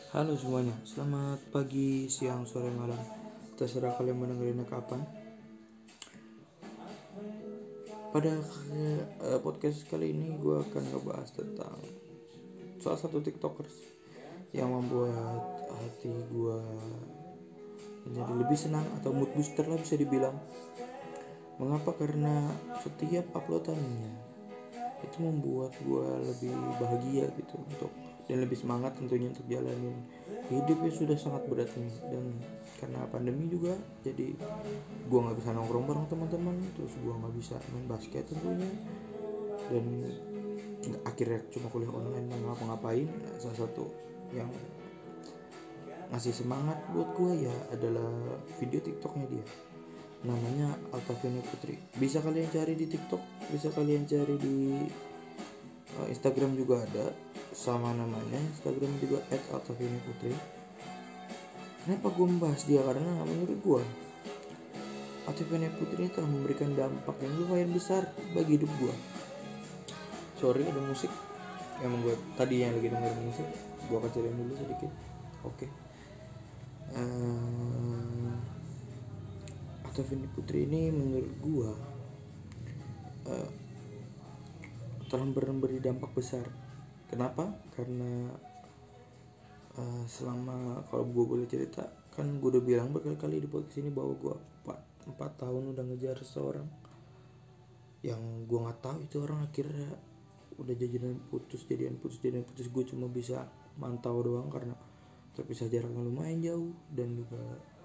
Halo semuanya, selamat pagi, siang, sore, malam. Terserah kalian mendengarinya kapan. Pada podcast kali ini gue akan ngebahas tentang salah satu tiktokers yang membuat hati gue menjadi lebih senang atau mood booster lah bisa dibilang. Mengapa? Karena setiap uploadannya itu membuat gue lebih bahagia gitu dan lebih semangat tentunya untuk jalanin hidup yang sudah sangat berat ini. Dan karena pandemi juga jadi gue nggak bisa nongkrong bareng teman-teman, terus gue nggak bisa main basket tentunya, dan akhirnya cuma kuliah online dan ngapa-ngapain. Salah satu yang ngasih semangat buat gue ya adalah video tiktoknya dia, namanya Altavenia Putri. Bisa kalian cari di TikTok, bisa kalian cari di Instagram juga ada sama namanya. Instagram juga @altavenia_putri. Kenapa gue membahas dia? Karena menurut gue Altavenia Putri telah memberikan dampak yang lumayan besar bagi hidup gue. Sorry ada musik yang membuat tadi yang lagi dengerin musik, gue kecilin dulu sedikit. Oke. Altavenia Putri ini menurut gue telah memberi dampak besar. Kenapa? Karena selama, kalau gue boleh cerita, kan gue udah bilang berkali-kali di podcast ini bahwa gue 4 tahun udah ngejar seseorang yang gue nggak tahu itu orang akhirnya udah jadian putus. Gue cuma bisa mantau doang karena terpisah jaraknya lumayan jauh, dan juga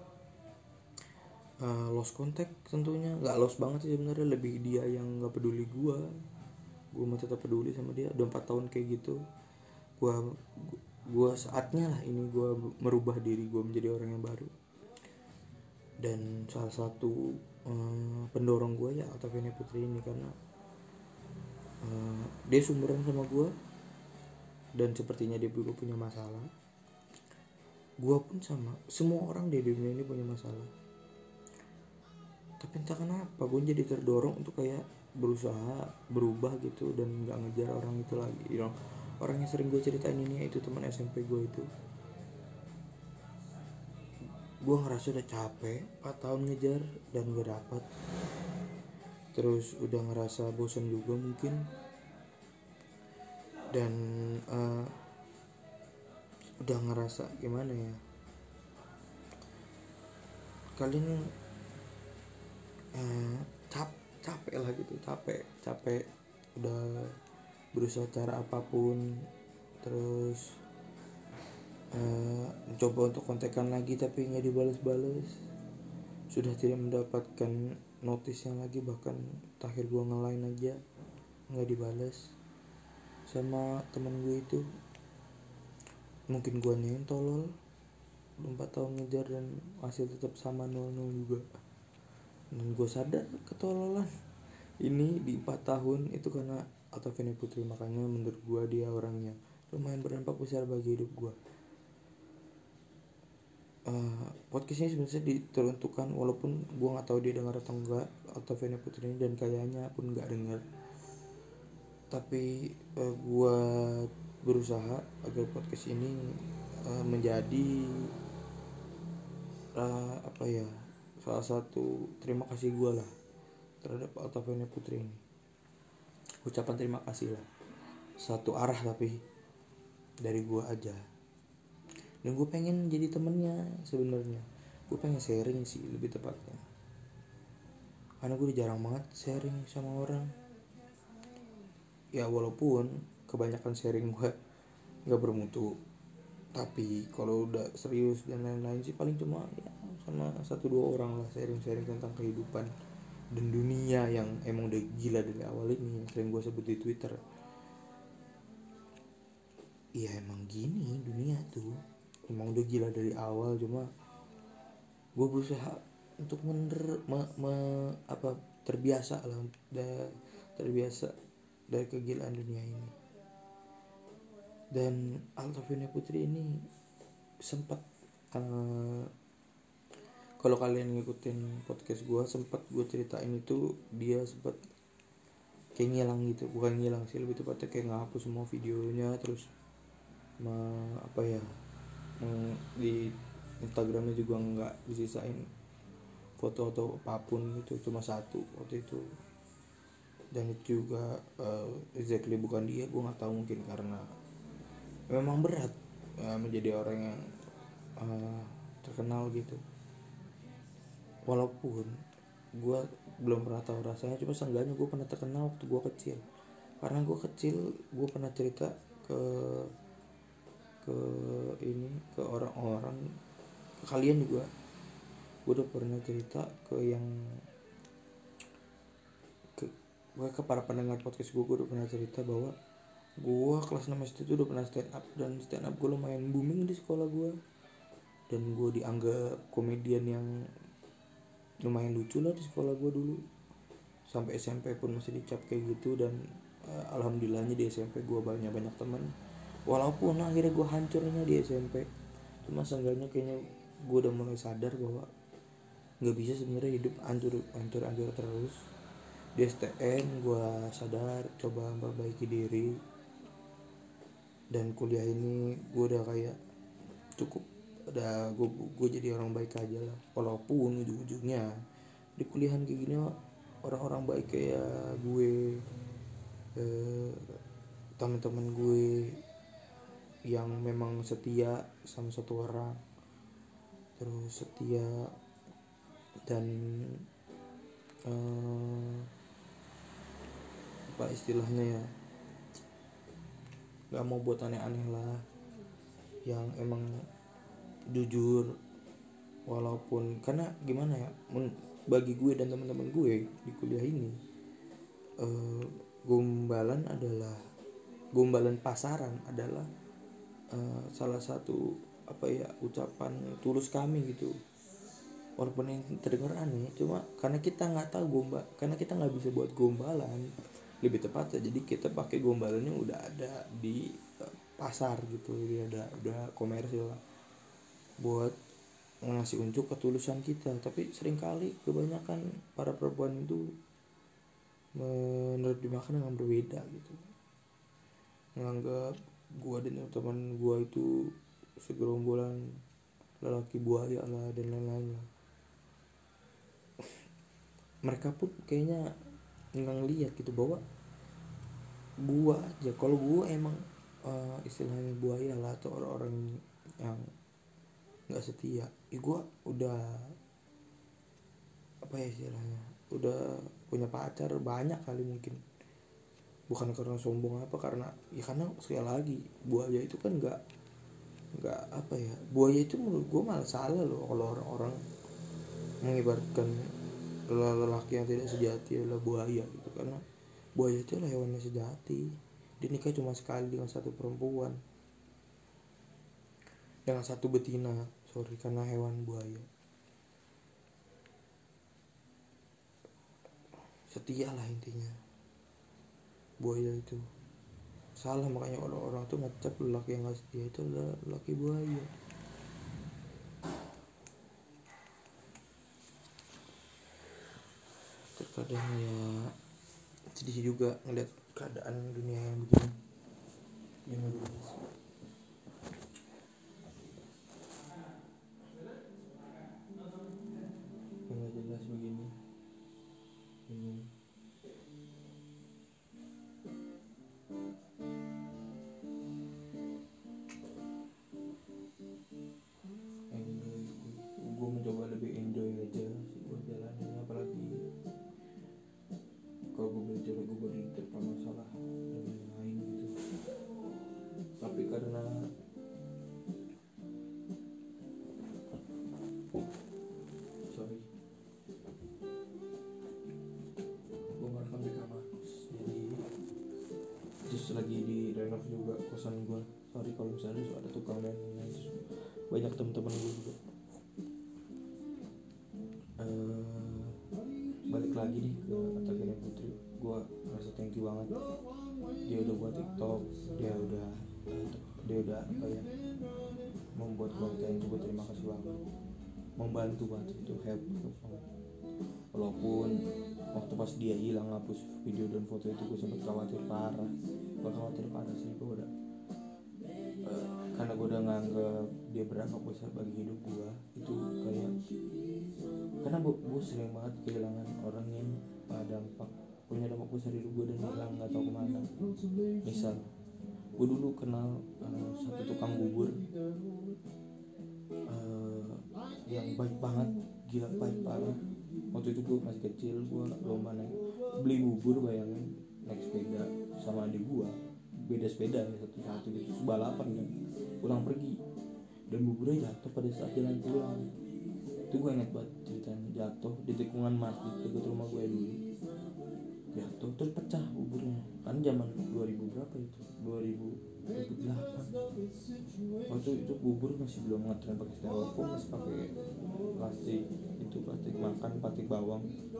lost contact tentunya. Nggak lost banget sih sebenarnya, lebih dia yang nggak peduli gue mah tetap peduli sama dia. Udah 4 tahun kayak gitu. Gue saatnya lah ini gue merubah diri gue menjadi orang yang baru. Dan salah satu pendorong gue ya Altavenia Putri ini, karena dia sumuran sama gue, dan sepertinya dia juga punya masalah. Gue pun sama, semua orang di dunia ini punya masalah. Tapi entah kenapa gue jadi terdorong untuk kayak berusaha berubah gitu, dan gak ngejar orang itu lagi, orang yang sering gue ceritain ini itu teman SMP gue itu. Gue ngerasa udah capek 4 tahun ngejar dan gak dapet. Terus udah ngerasa bosan juga mungkin. Dan udah ngerasa gimana ya, kalian capek lah gitu, capek udah berusaha cara apapun. Terus mencoba untuk kontekan lagi tapi nggak dibalas-balas, sudah tidak mendapatkan notisnya lagi, bahkan terakhir gue nge-line aja nggak dibalas sama teman gue itu. Mungkin gue yang tolol 4 tahun ngejar dan hasil tetap sama 0-0 juga. Dan gue sadar ketololan ini di 4 tahun itu karena Altavenia Putri. Makanya menurut gue dia orang yang lumayan berdampak besar bagi hidup gue. Podcast ini sebenarnya diteruntukkan, walaupun gue nggak tahu dia dengar atau enggak, Altavenia Putri ini, dan kayaknya pun nggak dengar. Tapi gue berusaha agar podcast ini menjadi salah satu terima kasih gue lah terhadap Altavenia Putri ini. Ucapan terima kasih lah, satu arah tapi dari gue aja. Dan gue pengen jadi temennya sebenarnya. Gue pengen sharing sih lebih tepatnya, karena gue udah jarang banget sharing sama orang. Ya walaupun kebanyakan sharing gue gak bermutu, tapi kalau udah serius dan lain-lain sih paling cuma ya sama 1-2 orang lah, sharing-sharing tentang kehidupan dan dunia yang emang udah gila dari awal ini, yang sering gue sebut di Twitter. Iya emang gini dunia tuh, emang udah gila dari awal. Cuma gue berusaha untuk terbiasa lah, terbiasa dari kegilaan dunia ini. Dan Altavenia Putri ini sempat kalau kalian ngikutin podcast gue, sempat gue ceritain itu dia sempat kayak ngilang gitu. Bukan ngilang sih, lebih tepatnya kayak ngehapus semua videonya, terus Di Instagramnya juga nggak disisain foto atau apapun gitu, cuma satu waktu itu. Dan itu juga exactly bukan dia, gue nggak tahu, mungkin karena memang berat menjadi orang yang terkenal gitu. Walaupun gue belum pernah tahu rasanya, cuma seenggaknya gue pernah terkenal waktu gue kecil. Karena gue kecil, gue pernah cerita ke ke ke orang-orang, ke kalian juga. Gue udah pernah cerita ke yang ke para pendengar podcast gue udah pernah cerita bahwa gue kelas 6 SD itu udah pernah stand up, dan stand up gue lumayan booming di sekolah gue, dan gue dianggap komedian yang lumayan lucu lah di sekolah gue dulu. Sampai SMP pun masih dicap kayak gitu, dan alhamdulillahnya di SMP gue banyak teman. Walaupun akhirnya gue hancurnya di SMP, cuma seenggaknya kayaknya gue udah mulai sadar bahwa nggak bisa sebenarnya hidup hancur terus. Di STM gue sadar, coba memperbaiki diri, dan kuliah ini gue udah kayak cukup, udah gue jadi orang baik aja lah. Walaupun ujung-ujungnya di kuliahan kayak gini orang-orang baik kayak gue, teman-teman gue yang memang setia sama satu orang, terus setia dan apa istilahnya ya, nggak mau buat aneh-aneh lah, yang emang jujur. Walaupun karena gimana ya, bagi gue dan teman-teman gue di kuliah ini, gombalan pasaran adalah salah satu apa ya, ucapan tulus kami gitu. Walaupun yang terdengar aneh, cuma karena kita nggak tahu karena kita nggak bisa buat gombalan, lebih tepatnya jadi kita pakai gombalannya udah ada di pasar gitu, dia udah komersil lah, buat ngasih unjuk ketulusan kita. Tapi seringkali kebanyakan para perempuan itu menerjemahkan dengan berbeda gitu, menganggap gua dan teman gua itu segerombolan lelaki buaya lah dan lain-lain lah. Mereka pun kayaknya nggak ngeliat gitu bahwa gua aja, kalau gua emang istilahnya buaya lah atau orang-orang yang nggak setia, gua udah apa ya istilahnya, udah punya pacar banyak kali mungkin. Bukan karena sombong apa, karena ya karena sekali lagi buaya itu kan nggak apa ya, buaya itu menurut gue malah salah loh kalau orang-orang mengibaratkan lelaki yang tidak sejati adalah buaya gitu. Karena buaya itu adalah hewan yang sejati, dia nikah cuma sekali dengan satu perempuan, dengan satu betina, karena hewan buaya setia lah intinya. Buaya itu salah, makanya orang-orang tuh ngecap lelaki yang gak setia itu adalah lelaki buaya. Terkadang ya sedih juga ngeliat keadaan dunia yang begini, yang gak jelas begini. Gue mencoba lebih enjoy aja sih buat jalannya, apalagi kalau gue belajar gue baru terpa masalah dan lain-lain gitu. Tapi karena gue ngerekam di kamar kos, jadi terus lagi di renov juga kosan gue. Kalau misalnya ada tukang dan banyak teman-teman gue juga. Balik lagi nih ke Atakina Putri, gue merasa thank you banget. Dia udah buat TikTok, dia udah apa ya, membuat konten itu. Gue terima kasih banget, membantu banget itu, help banget. Walaupun waktu pas dia hilang hapus video dan foto itu, gue sempat khawatir parah sih. Gue udah karena gue udah nganggap dia berdampak besar bagi hidup gue. Itu kayak karena gue sering banget kehilangan orang yang punya dampak besar hidup gue dan hilang nggak tahu kemana. Misal gue dulu kenal satu tukang bubur yang baik banget, gila baik parah. Waktu itu gue masih kecil, gue lomba beli bubur, bayangin, naik sepeda sama adik gue, beda sepeda ya satu-satu gitu, terus balapan kan, pulang pergi, dan buburnya jatuh pada saat jalan pulang. Itu gue inget banget ceritanya, jatuh di tikungan masjid dekat rumah gue dulu, jatuh terus pecah buburnya. Kan zaman 2000 berapa itu, 2008. Waktu itu bubur masih belum ngetren pakai styrofoam, masih pakai plastik, itu plastik makan, plastik bawang.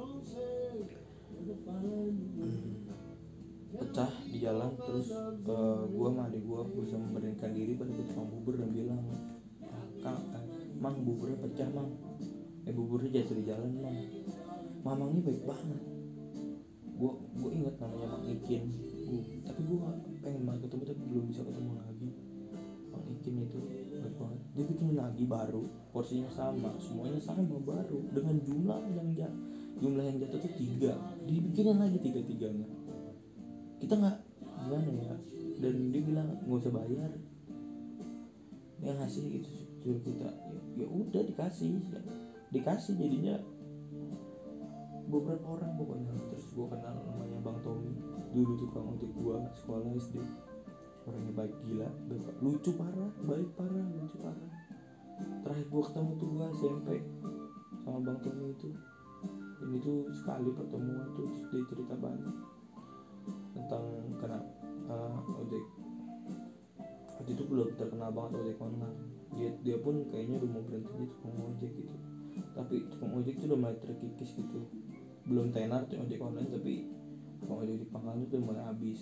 Pecah di jalan, terus gue sama adik gue berusaha memberanikan diri pada tukang bubur dan bilang, Mang, buburnya pecah mang, buburnya jatuh di jalan mang. Mamang ini baik banget, gue ingat namanya Mang Ikin, tapi gue pengen banget ketemu tapi belum bisa ketemu lagi. Mang Ikin itu baik banget, dia bikin lagi baru, porsinya sama, semuanya sama baru, dengan jumlah yang jatuh tuh 3, dibikinin lagi 3-3-nya. Kita nggak gimana ya, dan dia bilang nggak usah bayar, yang ngasih gitu suruh kita, ya udah dikasih jadinya beberapa orang pokoknya. Terus gue kenal namanya Bang Tommy, dulu tukang ojek gue sekolah SD, orangnya baik gila, lucu parah, baik parah, lucu parah. Terakhir gue ketemu tuh gue SMP sama Bang Tommy itu, dan itu sekali pertemuan tuh, terus dia cerita banyak tentang ojek. Waktu itu belum terkenal banget ojek online, dia pun kayaknya udah mau berhenti jadi tukang ojek gitu, tapi tukang ojek itu udah mulai terkikis gitu, belum tenar tuh ojek online, tapi tukang ojek di Pangkalan itu udah mulai habis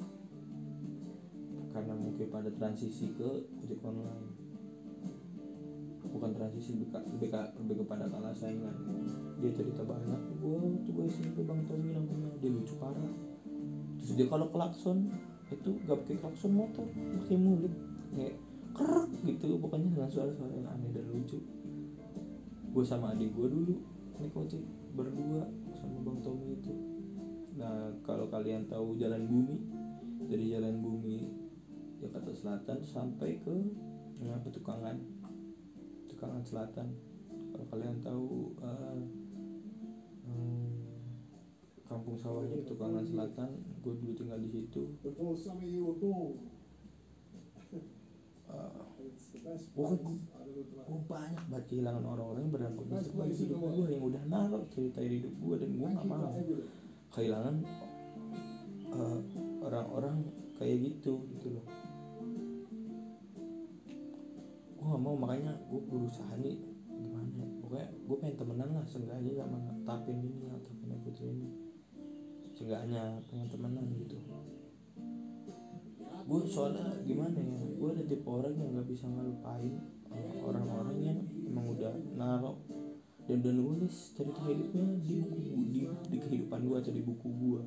karena mungkin pada transisi ke ojek online, bukan transisi, lebih kepada kalah saingan. Dia cerita banyak, gue SMP Bang Tommy namanya, dia lucu parah. Terus dia kalau klakson itu gak pakai klakson motor, pakai mulut kayak krek gitu, pokoknya dengan suara-suara yang aneh dan lucu. Gue sama adik gue dulu naik ojek berdua sama Bang Tommy itu. Nah kalau kalian tahu Jalan Bumi, dari Jalan Bumi Jakarta Selatan sampai ke Petukangan Selatan, kalau kalian tahu kampung sawahnya Petukangan Selatan, gue dulu tinggal di situ. Gue banyak banget kehilangan orang-orang yang berdampak besar bagi hidup gue, yang udah naruh cerita hidup gue, dan gue gak mau kehilangan orang-orang kayak gitu loh. Gue gak mau, makanya gue berusaha nih gimana ya, pokoknya gue pengen temenan lah seenggaknya sama Tapin Putri ini, seenggaknya pengen temenan gitu. Gue soalnya gimana ya, gue ada tipe orang yang gak bisa ngelupain orang-orang yang emang udah naruh dan nulis cerita hidupnya di kehidupan gue atau di buku gue.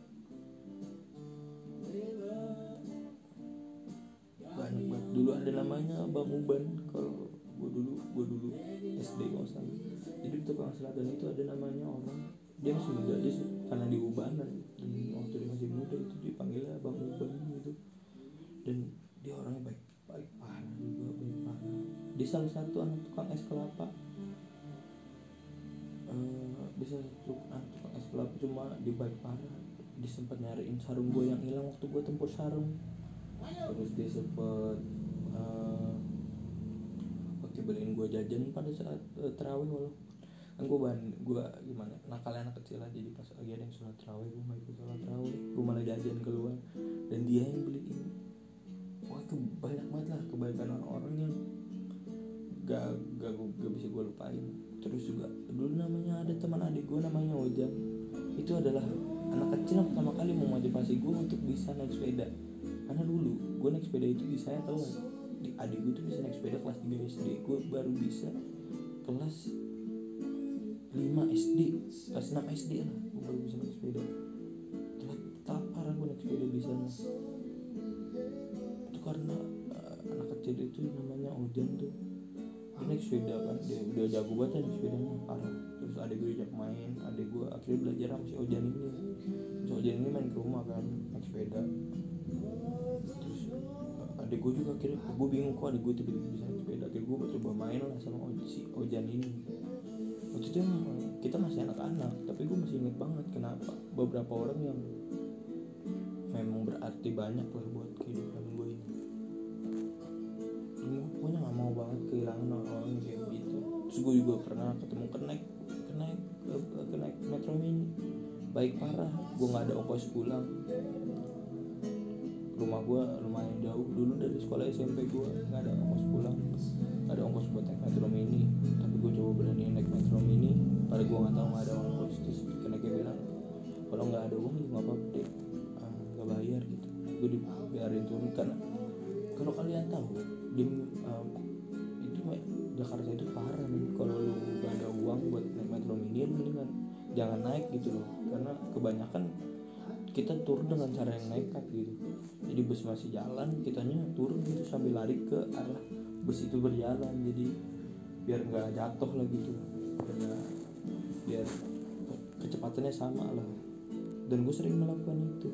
Banyak banget. Dulu ada namanya Bang Uban, kalau gue dulu SD nggak salah. Jadi di Tukang Selatan itu ada namanya orang, dia masih muda, dia karena di Ubanan, dan waktu dia masih muda itu dipanggilnya Bang Uban gitu. Dan dia orangnya baik parah juga, baik parah. Dia salah satu anak tukang es kelapa. Bisa tukang es kelapa, cuma dia baik parah. Dia sempat nyariin sarung gue yang hilang waktu gue tempur sarung. Terus dia sempat waktu beliin gue jajan pada saat terawih, walaupun kan gue gimana, nakalnya anak kecil aja. Jadi pas lagi ada yang sholat terawih, gue mau ikut sholat terawih, gue malah jajan keluar dan dia yang beliin. Wah, banyak banget lah kebaikan orang-orang yang gak bisa gue lupain. Terus juga dulu namanya ada teman adik gue namanya Ojang, itu adalah anak kecil yang pertama kali memotivasi gue untuk bisa naik sepeda. Karena dulu gue naik sepeda itu bisa telat, adik gue tuh bisa naik sepeda kelas 3 SD, gue baru bisa kelas 5 SD, kelas 6 SD lah gue baru bisa naik sepeda. Telat parah gue naik sepeda di sana. Itu karena anak kecil itu namanya Ojan tuh. Dia naik sepeda kan, dia udah jago banget naik sepedanya parah. Terus adik gue ajak main, adik gue akhirnya belajar sama si Ojan ini. Si Ojan ini main ke rumah kan, naik sepeda. Terus adik gue juga akhirnya, gue bingung kok adik gue tiba-tiba bisa naik sepeda. Akhirnya gue coba main lah sama si Ojan ini. Waktu itu kita masih anak-anak, tapi gue masih inget banget kenapa beberapa orang yang memang berarti banyak lah buat kehidupan gue ini. Gue pokoknya gak mau banget kehilangan orang-orang kayak gitu. Terus gue juga pernah ketemu kenaik metro mini, baik parah. Gue gak ada ongkos pulang, rumah gue lumayan jauh dulu dari sekolah SMP. Gue gak ada ongkos pulang, gak ada ongkos buat naik metro mini. Tapi gue coba berani naik metro mini, padahal gue gak tahu gak ada ongkos. Terus kenaiknya bilang kalau gak ada uang juga gak apa-apa deh, gak bayar gitu. Gue dibiarin turun karena kalau kalian tahu di itu Jakarta itu parah nih. Kalau lu gak ada uang buat naik metro mini, mendingan jangan naik gitu loh. Karena kebanyakan kita turun dengan cara yang nekat gitu. Jadi bus masih jalan, kitanya turun gitu sambil lari ke arah bus itu berjalan. Jadi biar nggak jatuh lah gitu, biar kecepatannya sama lah. Dan gue sering melakukan itu.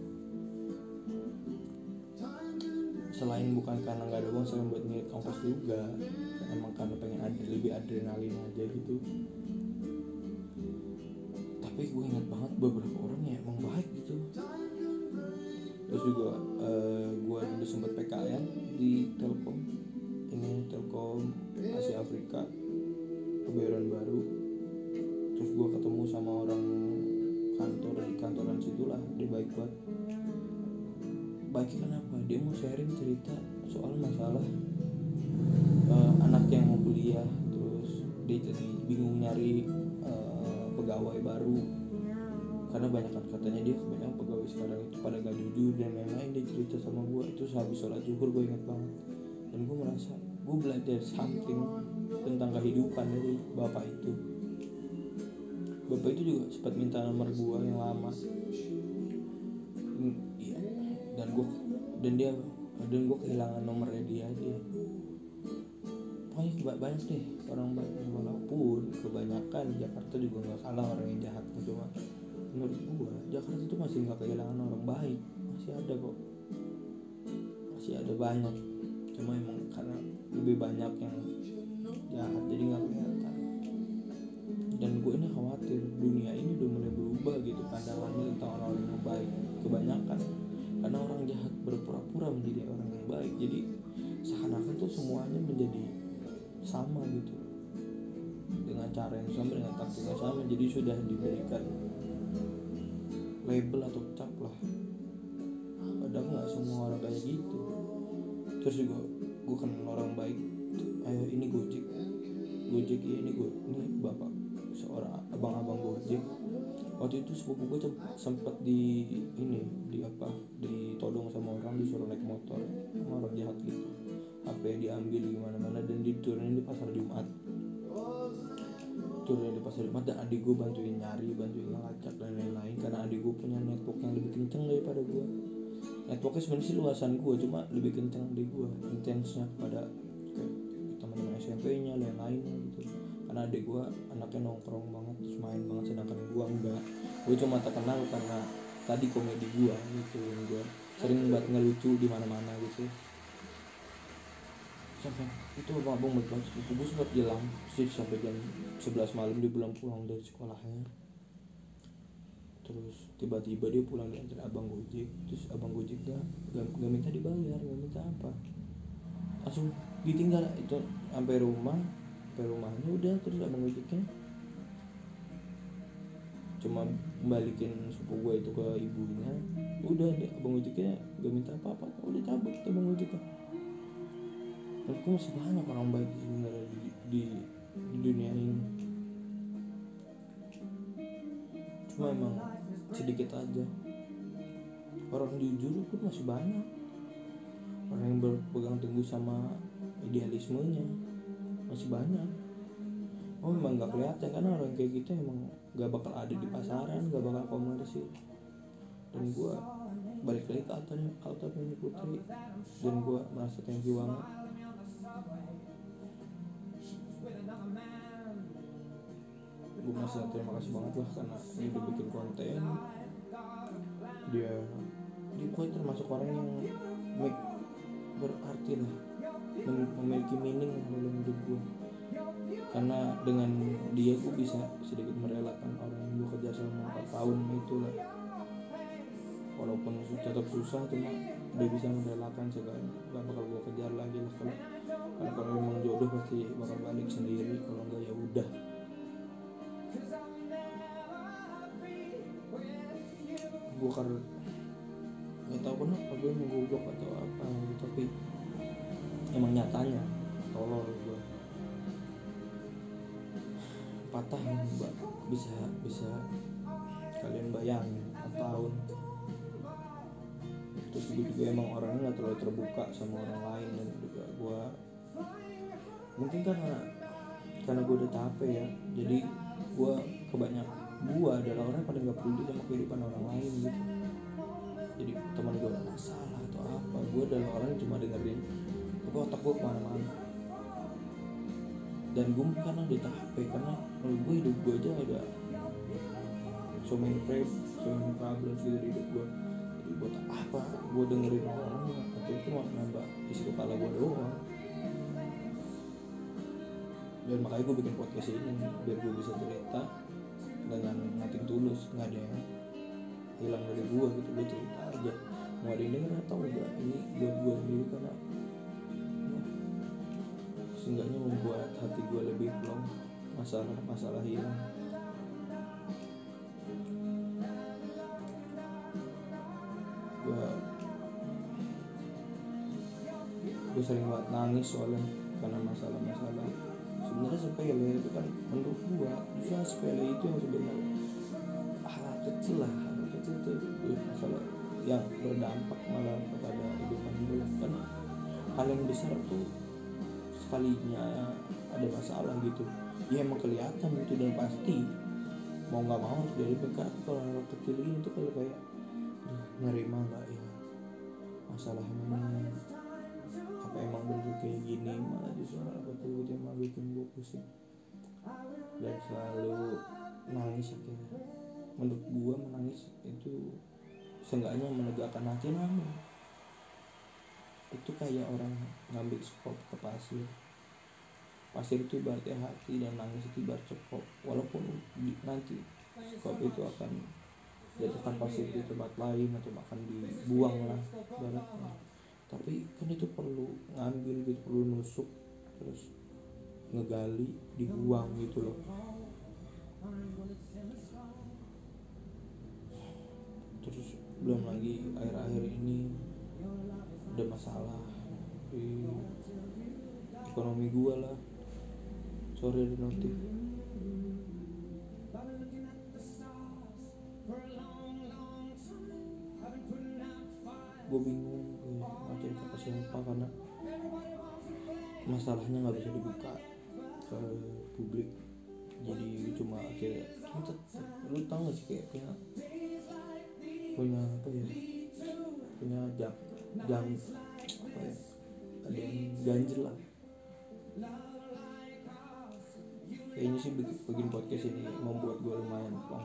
Selain bukan karena nggak ada uang, selain buat ngirit ongkos juga, emang karena pengen lebih adrenalin aja gitu. Tapi gue ingat banget beberapa orang yang emang baik gitu. Terus juga gue dulu sempat PKL di Telkom Asia Afrika Kebayoran Baru. Terus gue ketemu sama orang kantor di kantoran situlah, dia baik banget. Baiknya kenapa? Dia mau sharing cerita soal masalah anak yang mau kuliah. Terus dia jadi bingung nyari pegawai baru karena banyak katanya dia kebanyakan pegawai sekarang itu pada gak jujur dan lain-lain. Dia cerita sama gue itu habis sholat zuhur, gue ingat banget. Dan gue merasa gue belajar something tentang kehidupan dari bapak itu. Bapak itu juga sempat minta nomor gue yang lama. Iya. Dan gue kehilangan nomornya dia. Pokoknya banyak deh orang baik, walaupun kebanyakan di Jakarta juga nggak kalah orang yang jahat. Cuma menurut gue Jakarta itu masih nggak kehilangan orang baik, masih ada kok, masih ada banyak. Cuma emang karena lebih banyak yang jahat jadi nggak kelihatan. Dan gue ini khawatir dunia ini udah mulai berubah gitu pandangannya tentang orang-orang yang baik kebanyakan, karena orang jahat berpura-pura menjadi orang yang baik. Jadi seakan-akan tuh semuanya menjadi sama gitu, dengan cara yang sama, dengan taktik yang sama. Jadi sudah diberikan label atau cap lah, padahal nggak semua orang kayak gitu. Terus juga gue kenal orang baik, ini Gojek ya, ini bapak seorang abang-abang Gojek. Waktu itu sepupu gue sempet ditodong sama orang, disuruh naik motor sama orang jahat gitu, HP diambil di mana-mana dan diturunin di pasar Jumat. Dan adik gue bantuin nyari, bantuin ngelacak dan lain-lain, karena adik gue punya network yang lebih kenceng daripada gue. Networknya sebenarnya sih luasan gue, cuma lebih kenceng dari gue, intensnya kepada teman-teman SMP-nya lain-lain gitu. Karena adik gue anaknya nongkrong banget, terus main banget, sedangkan gue enggak. Gue cuma terkenal karena tadi komedi gue gitu, gue sering buat ngelucu di mana-mana gitu. Sampai itu abang banget, sepupu gue sempat hilang sih sampai jam 11 malam dia belum pulang dari sekolahnya. Terus tiba-tiba dia pulang diantar abang Gojek. Terus abang Gojek gak minta dibayar, gak minta apa, langsung ditinggal itu sampai rumahnya udah. Terus abang Gojeknya cuma balikin sepupu gue itu ke ibunya, udah deh. Abang Gojeknya gak minta apa-apa, udah cabut abang Gojeknya. Menurutku masih banyak orang baik sebenarnya di dunia ini, cuma emang sedikit aja. Orang jujur pun masih banyak, orang yang berpegang teguh sama idealismenya masih banyak. Memang gak kelihatan karena orang kayak gitu emang gak bakal ada di pasaran, gak bakal komersil. Dan gue balik lagi ke Alta Putri, dan gue merasa thank you banget gue masih terima kasih banget lah karena dia udah bikin konten. Dia pokoknya termasuk orang yang berarti lah, memiliki meaning dalam hidup gue, karena dengan dia gue bisa sedikit merelakan orang yang gue kejar selama 4 tahun itu lah. Walaupun tetap susah, cuma dia bisa merelakan segalanya. Gak bakal gue kejar lagi lah karena kalau memang jodoh pasti bakal balik sendiri, kalau enggak ya udah. Gue karena nggak tahu kenapa gue mau goblok atau apa, tapi emang nyatanya tolol gue. 4 tahun bisa kalian bayangin 4 tahun. Terus gue juga emang orangnya nggak terlalu terbuka sama orang lain, dan juga gue mungkin karena gue udah capek ya, jadi gue adalah orang yang paling nggak peduli sama kehidupan orang lain gitu. Jadi teman gue ada masalah atau apa, gue adalah orang yang cuma dengerin, tapi otak gue kemana-mana. Dan gue karena udah capek, karena menurut gue hidup gue aja ada so many problems gitu di hidup gue. Jadi buat apa gue dengerin orang, atau itu mau nambah isi kepala gue doang. Dan makanya gue bikin podcast ini biar gue bisa cerita dengan nothing tulus, nggak ada yang hilang dari gue gitu. Gue cerita aja, mau ada yang denger atau enggak, ini buat gue sendiri, karena seenggaknya membuat hati gue lebih plong, masalah hilang. Gue sering banget nangis soalnya karena masalah sebenarnya sepele itu kan, menurut gue bisa sepele itu yang sebenarnya hal kecil itu masalah yang berdampak malah kepada kehidupan gue. Karena hal yang besar tuh sekalinya ada masalah gitu ya emang kelihatan gitu, dan pasti mau nggak mau harus dari dekat. Kalau hal kecil ini tuh kalau kayak nerima nggak ya masalah emang apa emang bener kayak gini, malah justru apa tuh dia malah bikin gue pusing dan selalu nangis. Akhirnya menurut gue menangis itu seenggaknya menegakkan hati. Namun itu kayak orang ngambil skop ke pasir itu ibaratnya hati, dan nangis itu ibarat skop. Walaupun nanti skop itu akan jatuhkan pasir di tempat lain atau bahkan dibuang lah ibaratnya, tapi kan itu perlu ngambil gitu, perlu nusuk, terus ngegali, dibuang gitu loh. Terus belum lagi akhir-akhir ini ada masalah di ekonomi gue lah. Sorry ada notif. Gue bingung mau cerita ke siapa karena masalahnya nggak bisa dibuka ke publik. Jadi cuma akhirnya kita, lu tau gak sih kayak punya apa ya, punya jam apa ya, ada yang ganjil lah. Kayaknya sih bikin podcast ini membuat gue lumayan plong.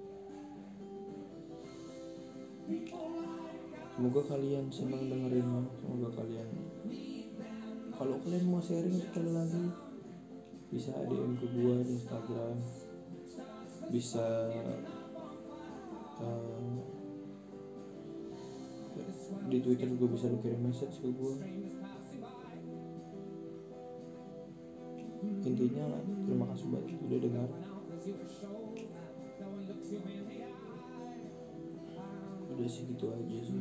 Semoga kalian senang dengerinnya. Semoga kalian, kalau kalian mau sharing sekali lagi, bisa DM ke gue di Instagram, bisa di Twitter juga bisa lu kirim message ke gue. Intinya terima kasih banget udah dengar. Udah segitu aja sih.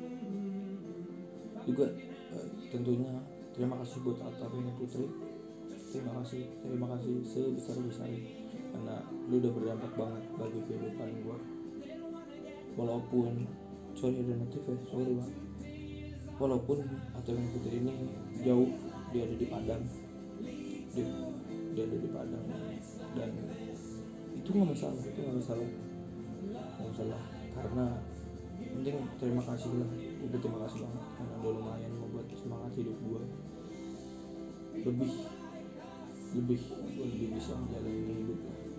Juga tentunya terima kasih buat Altavina Putri. Terima kasih sebesar-besarnya karena lu udah berdampak banget bagi kehidupan gue. Walaupun sorry ada notif ya, sorry bang. Walaupun Altavina Putri ini jauh, dia ada di Padang. Dia ada di Padang, dan itu nggak masalah karena penting terima kasih lah. Udah terima kasih banget karena udah lumayan membuat semangat hidup gue lebih lebih bisa menjalani hidup.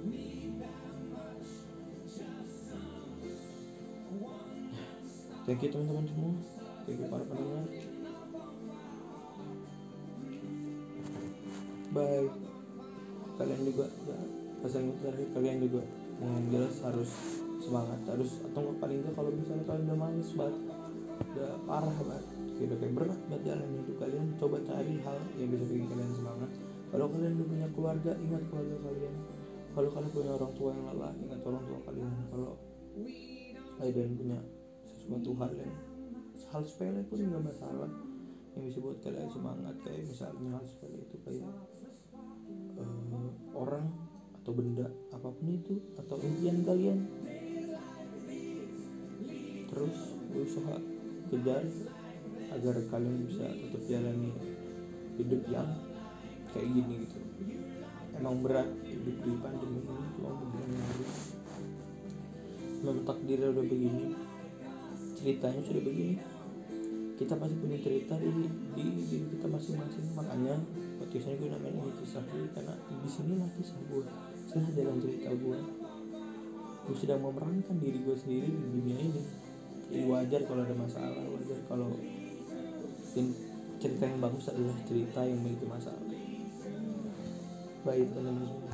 Thank you teman-teman semua, thank you para pendengar, bye. Kalian juga ya, pesan terakhir, kalian juga yang jelas harus semangat, harus, atau nggak, paling nggak kalau misalnya kalian udah manis banget, udah parah banget, udah kayak berat banget jalan hidup kalian, coba cari hal yang bisa bikin kalian semangat. Kalau kalian udah punya keluarga, ingat keluarga kalian. Kalau kalian punya orang tua yang lelah, ingat orang tua kalian. Kalau kalian punya sesuatu hal yang hal sepele pun nggak masalah yang bisa buat kalian semangat, kayak misalnya hal sepele itu kayak orang atau benda apapun itu, atau impian kalian, terus berusaha kejar agar kalian bisa tetap jalani hidup yang kayak gini gitu. Emang berat hidup di pandemi ini, cuma begini aja. Memang takdirnya udah begini, ceritanya sudah begini. Kita pasti punya cerita di diri kita masing-masing. Makanya podcastnya gue namanya ini kisah gue, karena di sinilah kisah gue, sinilah jalan cerita gue. Gue sedang memerankan diri gue sendiri di dunia ini. Jadi wajar kalau ada masalah, wajar kalau cerita yang bagus adalah cerita yang memiliki masalah. Baik teman-teman semua.